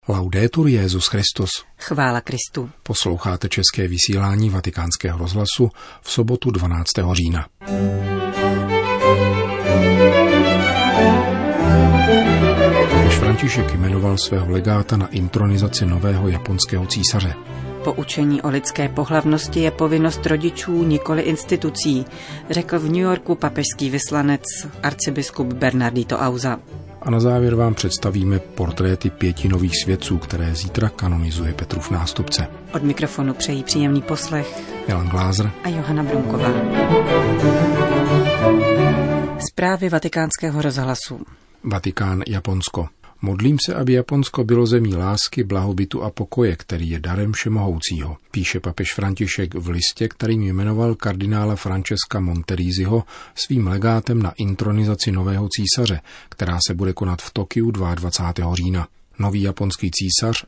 Laudetur Jesus Christus. Chvála Kristu. Posloucháte české vysílání Vatikánského rozhlasu v sobotu 12. října. Papež František jmenoval svého legáta na intronizaci nového japonského císaře. Poučení o lidské pohlavnosti je povinnost rodičů, nikoli institucí, řekl v New Yorku papežský vyslanec arcibiskup Bernardito Auza. A na závěr vám představíme portréty 5 nových svědců, které zítra kanonizuje Petrův nástupce. Od mikrofonu přejí příjemný poslech Milan Glázer a Johana Brunková. Zprávy Vatikánského rozhlasu. Vatikán, Japonsko. Modlím se, aby Japonsko bylo zemí lásky, blahobytu a pokoje, který je darem všemohoucího, píše papež František v listě, kterým jmenoval kardinála Francesca Monterisiho svým legátem na intronizaci nového císaře, která se bude konat v Tokiu 22. října. Nový japonský císař,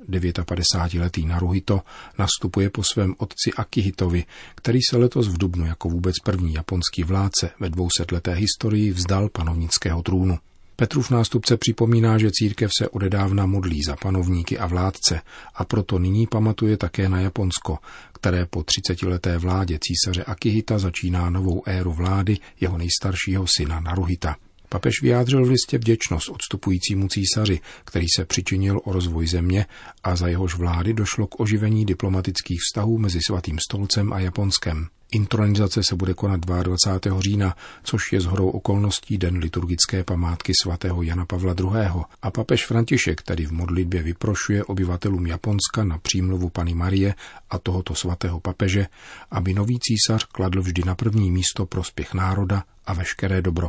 59letý Naruhito, nastupuje po svém otci Akihitovi, který se letos v dubnu jako vůbec první japonský vládce ve 200leté historii vzdal panovnického trůnu. Petrův nástupce připomíná, že církev se odedávna modlí za panovníky a vládce a proto nyní pamatuje také na Japonsko, které po 30leté vládě císaře Akihita začíná novou éru vlády jeho nejstaršího syna Naruhita. Papež vyjádřil v listě vděčnost odstupujícímu císaři, který se přičinil o rozvoj země a za jehož vlády došlo k oživení diplomatických vztahů mezi Svatým stolcem a Japonskem. Intronizace se bude konat 22. října, což je shodou okolností den liturgické památky svatého Jana Pavla II. A papež František tedy v modlitbě vyprošuje obyvatelům Japonska na přímluvu Panny Marie a tohoto svatého papeže, aby nový císař kladl vždy na první místo prospěch národa a veškeré dobro.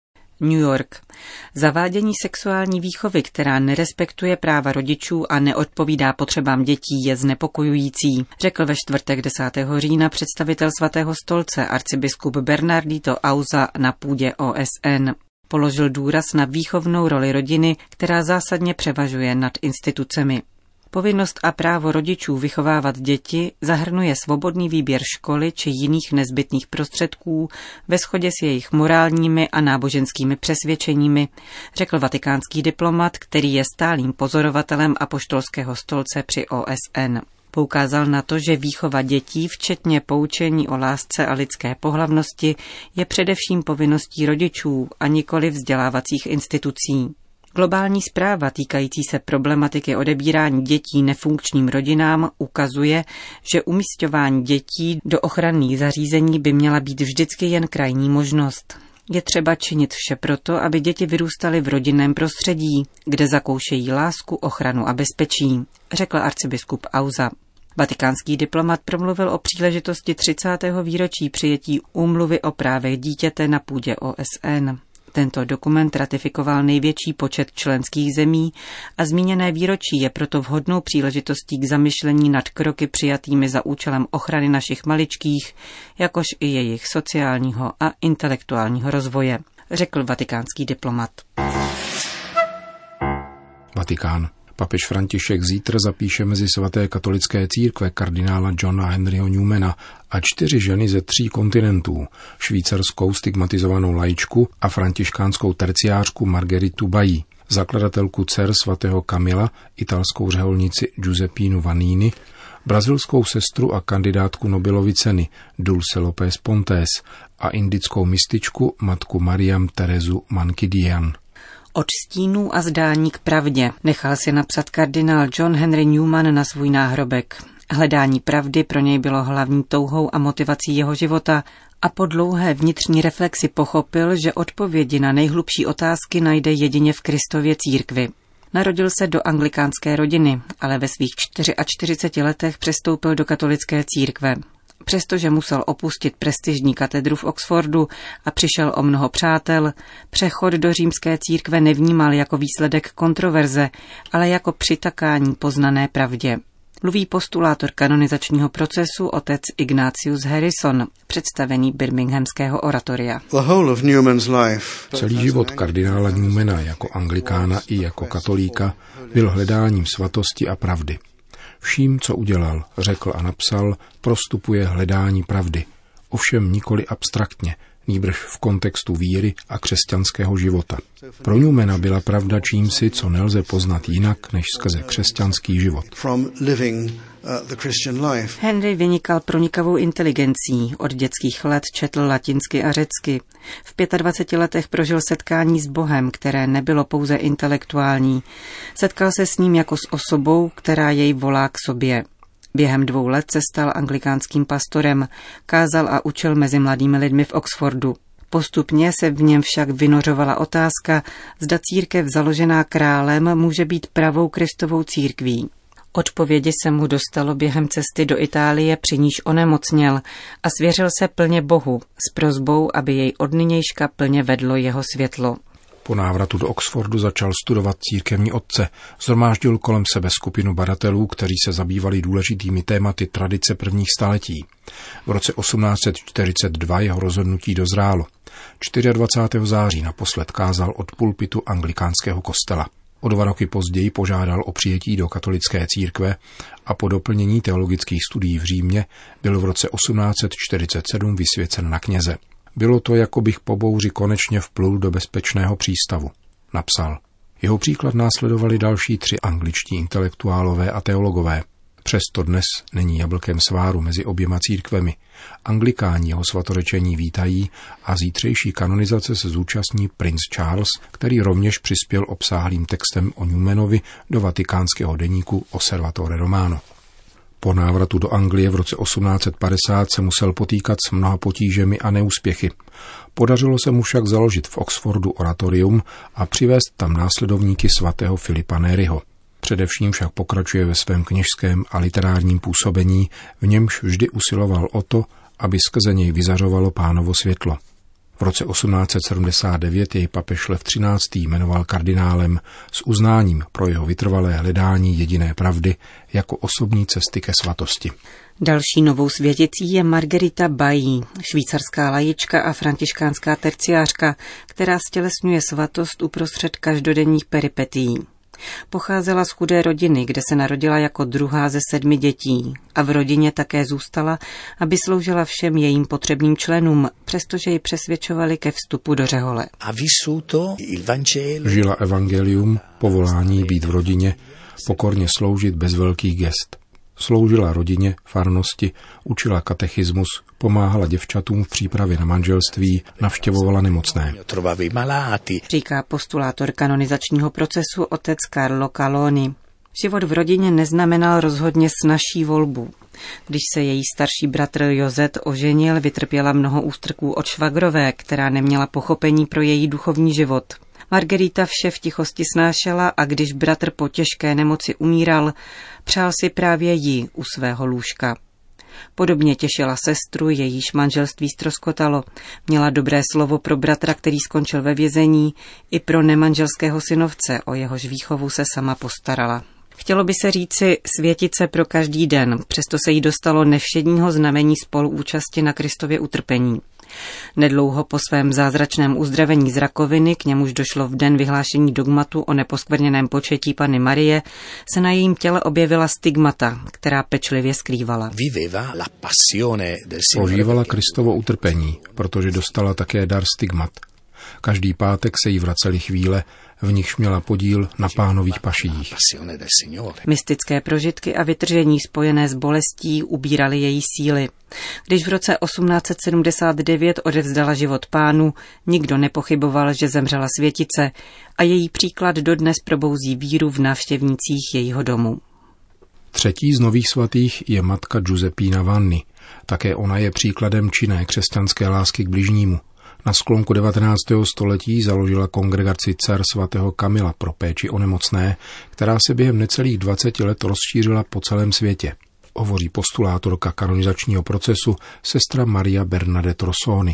New York. Zavádění sexuální výchovy, která nerespektuje práva rodičů a neodpovídá potřebám dětí, je znepokojující, řekl ve čtvrtek 10. října představitel Svatého stolce arcibiskup Bernardito Auza na půdě OSN. Položil důraz na výchovnou roli rodiny, která zásadně převažuje nad institucemi. Povinnost a právo rodičů vychovávat děti zahrnuje svobodný výběr školy či jiných nezbytných prostředků ve shodě s jejich morálními a náboženskými přesvědčeními, řekl vatikánský diplomat, který je stálým pozorovatelem apoštolského stolce při OSN. Poukázal na to, že výchova dětí, včetně poučení o lásce a lidské pohlavnosti, je především povinností rodičů a nikoli vzdělávacích institucí. Globální zpráva týkající se problematiky odebírání dětí nefunkčním rodinám ukazuje, že umisťování dětí do ochranných zařízení by měla být vždycky jen krajní možnost. Je třeba činit vše proto, aby děti vyrůstaly v rodinném prostředí, kde zakoušejí lásku, ochranu a bezpečí, řekl arcibiskup Auza. Vatikánský diplomat promluvil o příležitosti 30. výročí přijetí úmluvy o právech dítěte na půdě OSN. Tento dokument ratifikoval největší počet členských zemí a zmíněné výročí je proto vhodnou příležitostí k zamyšlení nad kroky přijatými za účelem ochrany našich maličkých, jakož i jejich sociálního a intelektuálního rozvoje, řekl vatikánský diplomat. Vatikán. Papež František zítra zapíše mezi svaté katolické církve kardinála Johna Henryho Newmana a 4 ženy ze 3 kontinentů, švýcarskou stigmatizovanou laičku a františkánskou terciářku Margeritu Bají, zakladatelku dcer svatého Kamila, italskou řeholnici Giuseppinu Vanini, brazilskou sestru a kandidátku Nobelovy ceny Dulce López Pontes a indickou mističku matku Mariam Terezu Mankidian. Od stínů a zdání k pravdě nechal si napsat kardinál John Henry Newman na svůj náhrobek. Hledání pravdy pro něj bylo hlavní touhou a motivací jeho života a po dlouhé vnitřní reflexi pochopil, že odpovědi na nejhlubší otázky najde jedině v Kristově církvi. Narodil se do anglikánské rodiny, ale ve svých 44 letech přestoupil do katolické církve. Přestože musel opustit prestižní katedru v Oxfordu a přišel o mnoho přátel, přechod do římské církve nevnímal jako výsledek kontroverze, ale jako přitakání poznané pravdě. Mluví postulátor kanonizačního procesu otec Ignatius Harrison, představený birminghamského oratoria. Celý život kardinála Newmana jako anglikána i jako katolíka byl hledáním svatosti a pravdy. Vším, co udělal, řekl a napsal, prostupuje hledání pravdy. Ovšem nikoli abstraktně, nýbrž v kontextu víry a křesťanského života. Pro Newmana byla pravda čímsi, co nelze poznat jinak než skrze křesťanský život. Henry vynikal pronikavou inteligencí, od dětských let četl latinsky a řecky. V 25 letech prožil setkání s Bohem, které nebylo pouze intelektuální. Setkal se s ním jako s osobou, která jej volá k sobě. Během 2 let se stal anglikánským pastorem, kázal a učil mezi mladými lidmi v Oxfordu. Postupně se v něm však vynořovala otázka, zda církev založená králem může být pravou Kristovou církví. Odpovědi se mu dostalo během cesty do Itálie, při níž onemocněl, a svěřil se plně Bohu s prosbou, aby jej od nynějška plně vedlo jeho světlo. Po návratu do Oxfordu začal studovat církevní otce, shromáždil kolem sebe skupinu badatelů, kteří se zabývali důležitými tématy tradice prvních staletí. V roce 1842 jeho rozhodnutí dozrálo. 24. září naposled kázal od pulpitu anglikánského kostela. O 2 roky později požádal o přijetí do katolické církve a po doplnění teologických studií v Římě byl v roce 1847 vysvěcen na kněze. Bylo to, jako bych po bouři konečně vplul do bezpečného přístavu, napsal. Jeho příklad následovali další 3 angličtí intelektuálové a teologové. Přesto dnes není jablkem sváru mezi oběma církvemi. Anglikáni jeho svatořečení vítají a zítřejší kanonizace se zúčastní princ Charles, který rovněž přispěl obsáhlým textem o Newmanovi do vatikánského deníku Osservatore Romano. Po návratu do Anglie v roce 1850 se musel potýkat s mnoha potížemi a neúspěchy. Podařilo se mu však založit v Oxfordu oratorium a přivést tam následovníky svatého Filipa Neriho. Především však pokračuje ve svém kněžském a literárním působení, v němž vždy usiloval o to, aby skrze něj vyzařovalo Pánovo světlo. V roce 1879 jej papež Lev XIII. Jmenoval kardinálem s uznáním pro jeho vytrvalé hledání jediné pravdy jako osobní cesty ke svatosti. Další novou světicí je Margherita Bailly, švýcarská lajička a františkánská terciářka, která stělesňuje svatost uprostřed každodenních peripetií. Pocházela z chudé rodiny, kde se narodila jako druhá ze 7 dětí a v rodině také zůstala, aby sloužila všem jejím potřebným členům, přestože ji přesvědčovali ke vstupu do řehole. Žila evangelium, povolání být v rodině, pokorně sloužit bez velkých gest. Sloužila rodině, farnosti, učila katechismus, pomáhala děvčatům v přípravě na manželství, navštěvovala nemocné. Říká postulátor kanonizačního procesu otec Carlo Caloni. Život v rodině neznamenal rozhodně snazší volbu. Když se její starší bratr Josette oženil, vytrpěla mnoho ústrků od švagrové, která neměla pochopení pro její duchovní život. Margarita vše v tichosti snášela a když bratr po těžké nemoci umíral, přál si právě ji u svého lůžka. Podobně těšila sestru, jejíž manželství ztroskotalo. Měla dobré slovo pro bratra, který skončil ve vězení, i pro nemanželského synovce, o jehož výchovu se sama postarala. Chtělo by se říci světice pro každý den, přesto se jí dostalo nevšedního znamení spoluúčasti na Kristově utrpení. Nedlouho po svém zázračném uzdravení z rakoviny, k němuž došlo v den vyhlášení dogmatu o neposkvrněném početí Panny Marie, se na jejím těle objevila stigmata, která pečlivě skrývala. Prožívala Kristovo utrpení, protože dostala také dar stigmat. Každý pátek se jí vracely chvíle, v nichž měla podíl na Pánových paších. Mystické prožitky a vytržení spojené s bolestí ubíraly její síly. Když v roce 1879 odevzdala život Pánu, nikdo nepochyboval, že zemřela světice a její příklad dodnes probouzí víru v návštěvnících jejího domu. Třetí z nových svatých je matka Giuseppina Vanni. Také ona je příkladem činné křesťanské lásky k bližnímu. Na sklonku 19. století založila kongregaci Dcer svatého Kamila pro péči o nemocné, která se během necelých 20 let rozšířila po celém světě. Hovoří postulátorka kanonizačního procesu sestra Maria Bernadette Rossoni.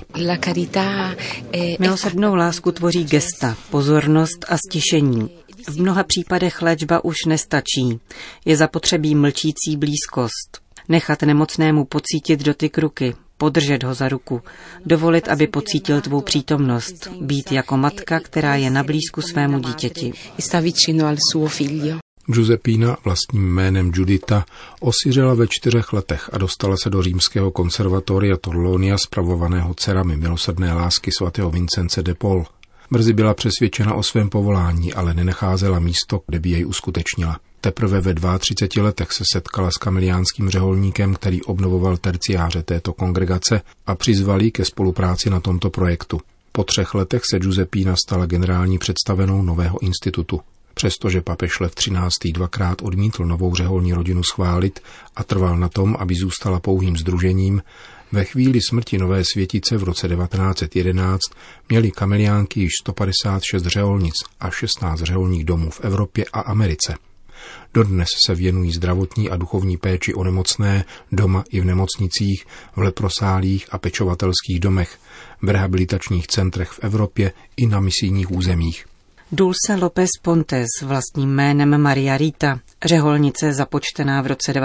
Milosrdnou lásku tvoří gesta, pozornost a stišení. V mnoha případech léčba už nestačí. Je zapotřebí mlčící blízkost. Nechat nemocnému pocítit dotyk ruky, podržet ho za ruku, dovolit, aby pocítil tvou přítomnost, být jako matka, která je na blízku svému dítěti. Giuseppina, vlastním jménem Judita, osiřela ve 4 letech a dostala se do římského konservatoria Torlonia spravovaného dcerami milosrdné lásky svatého Vincence de Paul. Brzy byla přesvědčena o svém povolání, ale nenacházela místo, kde by jej uskutečnila. Teprve ve 32 letech se setkala s kamiliánským řeholníkem, který obnovoval terciáře této kongregace a přizval ji ke spolupráci na tomto projektu. Po 3 letech se Giuseppina stala generální představenou nového institutu. Přestože papež Lev XIII. 2krát odmítl novou řeholní rodinu schválit a trval na tom, aby zůstala pouhým sdružením, ve chvíli smrti nové světice v roce 1911 měli kamiliánky již 156 řeholnic a 16 řeholních domů v Evropě a Americe. Dodnes se věnují zdravotní a duchovní péči o nemocné doma i v nemocnicích, v leprosálích a pečovatelských domech, v rehabilitačních centrech v Evropě i na misijních územích. Dulce López Pontes, vlastním jménem Maria Rita, řeholnice započtená v roce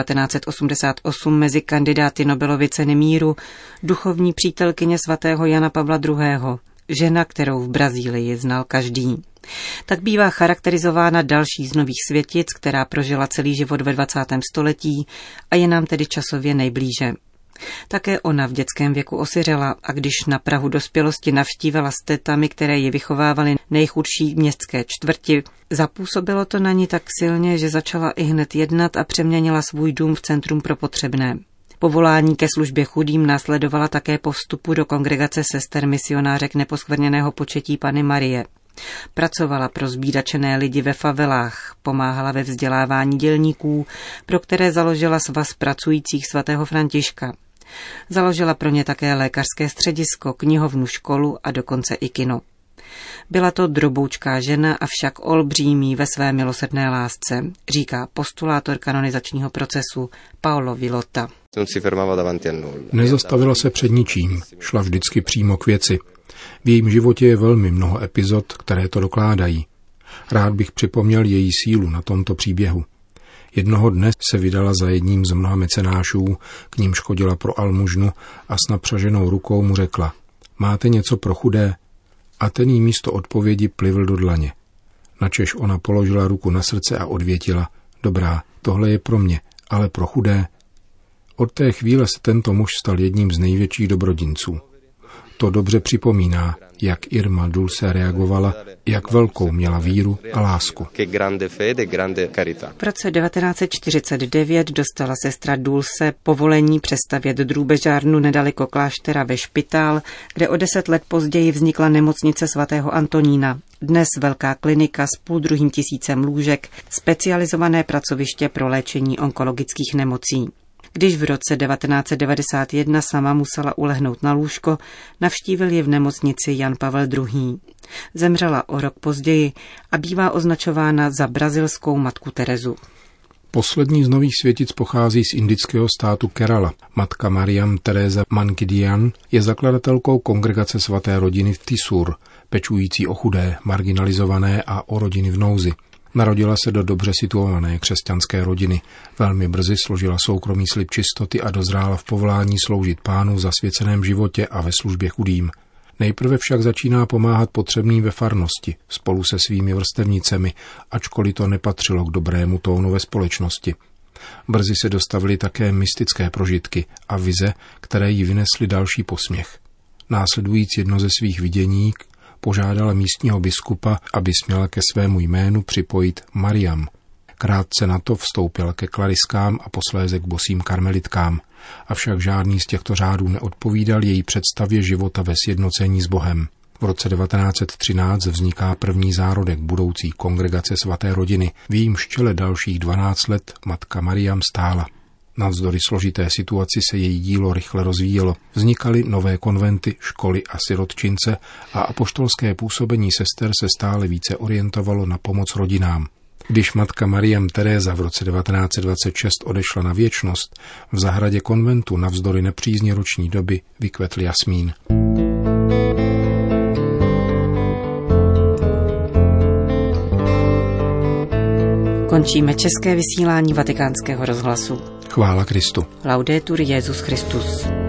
1988 mezi kandidáty Nobelovy ceny míru, duchovní přítelkyně svatého Jana Pavla II., žena, kterou v Brazílii znal každý. Tak bývá charakterizována další z nových světic, která prožila celý život ve 20. století a je nám tedy časově nejblíže. Také ona v dětském věku osiřela a když na prahu dospělosti navštívila s tetami, které ji vychovávaly nejchudší městské čtvrti, zapůsobilo to na ní tak silně, že začala ihned jednat a přeměnila svůj dům v centrum pro potřebné. Povolání ke službě chudým následovala také po vstupu do kongregace sester misionářek neposkvrněného početí Panny Marie. Pracovala pro zbídačené lidi ve favelách, pomáhala ve vzdělávání dělníků, pro které založila svaz pracujících svatého Františka. Založila pro ně také lékařské středisko, knihovnu, školu a dokonce i kino. Byla to droboučká žena, avšak olbřímý ve své milosrdné lásce, říká postulátor kanonizačního procesu Paolo Villota. Nezastavila se před ničím, šla vždycky přímo k věci. V jejím životě je velmi mnoho epizod, které to dokládají. Rád bych připomněl její sílu na tomto příběhu. Jednoho dne se vydala za jedním z mnoha mecenášů, k nímž chodila pro almužnu a s napřaženou rukou mu řekla: máte něco pro chudé? A ten jí místo odpovědi plivl do dlaně. Načež ona položila ruku na srdce a odvětila: dobrá, tohle je pro mě, ale pro chudé. Od té chvíle se tento muž stal jedním z největších dobrodinců. To dobře připomíná, jak Irma Dulce reagovala, jak velkou měla víru a lásku. V roce 1949 dostala sestra Dulce povolení přestavět drůbežárnu nedaleko kláštera ve Špitál, kde o 10 let později vznikla nemocnice svatého Antonína. Dnes velká klinika s 500 000 lůžek, specializované pracoviště pro léčení onkologických nemocí. Když v roce 1991 sama musela ulehnout na lůžko, navštívil ji v nemocnici Jan Pavel II. Zemřela o rok později a bývá označována za brazilskou matku Terezu. Poslední z nových světic pochází z indického státu Kerala. Matka Mariam Teresa Mankidian je zakladatelkou kongregace svaté rodiny v Thrissur, pečující o chudé, marginalizované a o rodiny v nouzi. Narodila se do dobře situované křesťanské rodiny. Velmi brzy složila soukromý slib čistoty a dozrála v povolání sloužit Pánu v zasvěceném životě a ve službě chudým. Nejprve však začíná pomáhat potřebným ve farnosti, spolu se svými vrstevnicemi, ačkoliv to nepatřilo k dobrému tónu ve společnosti. Brzy se dostavily také mystické prožitky a vize, které jí vynesly další posměch. Následujíc jedno ze svých vidění, požádala místního biskupa, aby směla ke svému jménu připojit Mariam. Krátce na to vstoupila ke klariskám a posléze k bosým karmelitkám, avšak žádný z těchto řádů neodpovídal její představě života ve sjednocení s Bohem. V roce 1913 vzniká první zárodek budoucí kongregace svaté rodiny, v jejímž čele dalších 12 let matka Mariam stála. Navzdory složité situaci se její dílo rychle rozvíjelo. Vznikaly nové konventy, školy a sirotčince a apoštolské působení sester se stále více orientovalo na pomoc rodinám. Když matka Mariam Teresa v roce 1926 odešla na věčnost, v zahradě konventu navzdory nepřízni roční doby vykvetl jasmín. Končíme české vysílání Vatikánského rozhlasu. Chvála Kristu. Laudetur Jesus Christus.